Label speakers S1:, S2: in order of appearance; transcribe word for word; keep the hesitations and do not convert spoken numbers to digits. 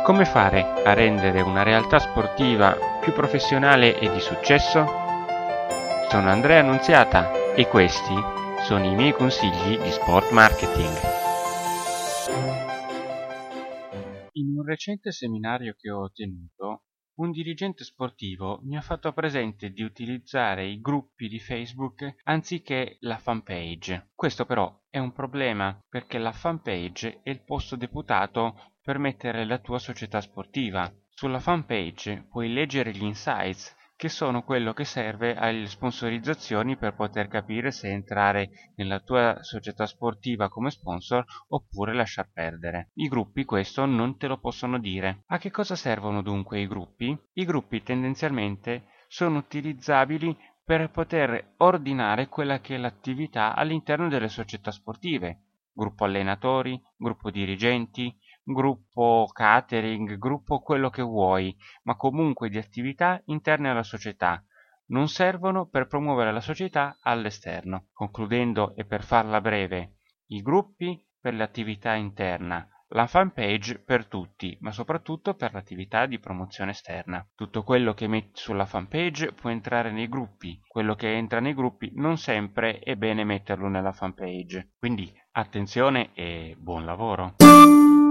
S1: Come fare a rendere una realtà sportiva più professionale e di successo? Sono Andrea Annunziata e questi sono i miei consigli di sport marketing. In un recente seminario che ho tenuto, un dirigente sportivo mi ha fatto presente di utilizzare i gruppi di Facebook anziché la fanpage. Questo però è un problema perché la fanpage è il posto deputato per mettere la tua società sportiva. Sulla fanpage puoi leggere gli insights, che sono quello che serve alle sponsorizzazioni per poter capire se entrare nella tua società sportiva come sponsor oppure lasciar perdere. I gruppi questo non te lo possono dire. A che cosa servono dunque i gruppi? I gruppi tendenzialmente sono utilizzabili per poter ordinare quella che è l'attività all'interno delle società sportive. Gruppo allenatori, gruppo dirigenti, gruppo catering, gruppo quello che vuoi, ma comunque di attività interne alla società. Non servono per promuovere la società all'esterno. Concludendo e per farla breve, i gruppi per l'attività interna, la fanpage per tutti, ma soprattutto per l'attività di promozione esterna. Tutto quello che metti sulla fanpage può entrare nei gruppi, quello che entra nei gruppi non sempre è bene metterlo nella fanpage. Quindi attenzione e buon lavoro!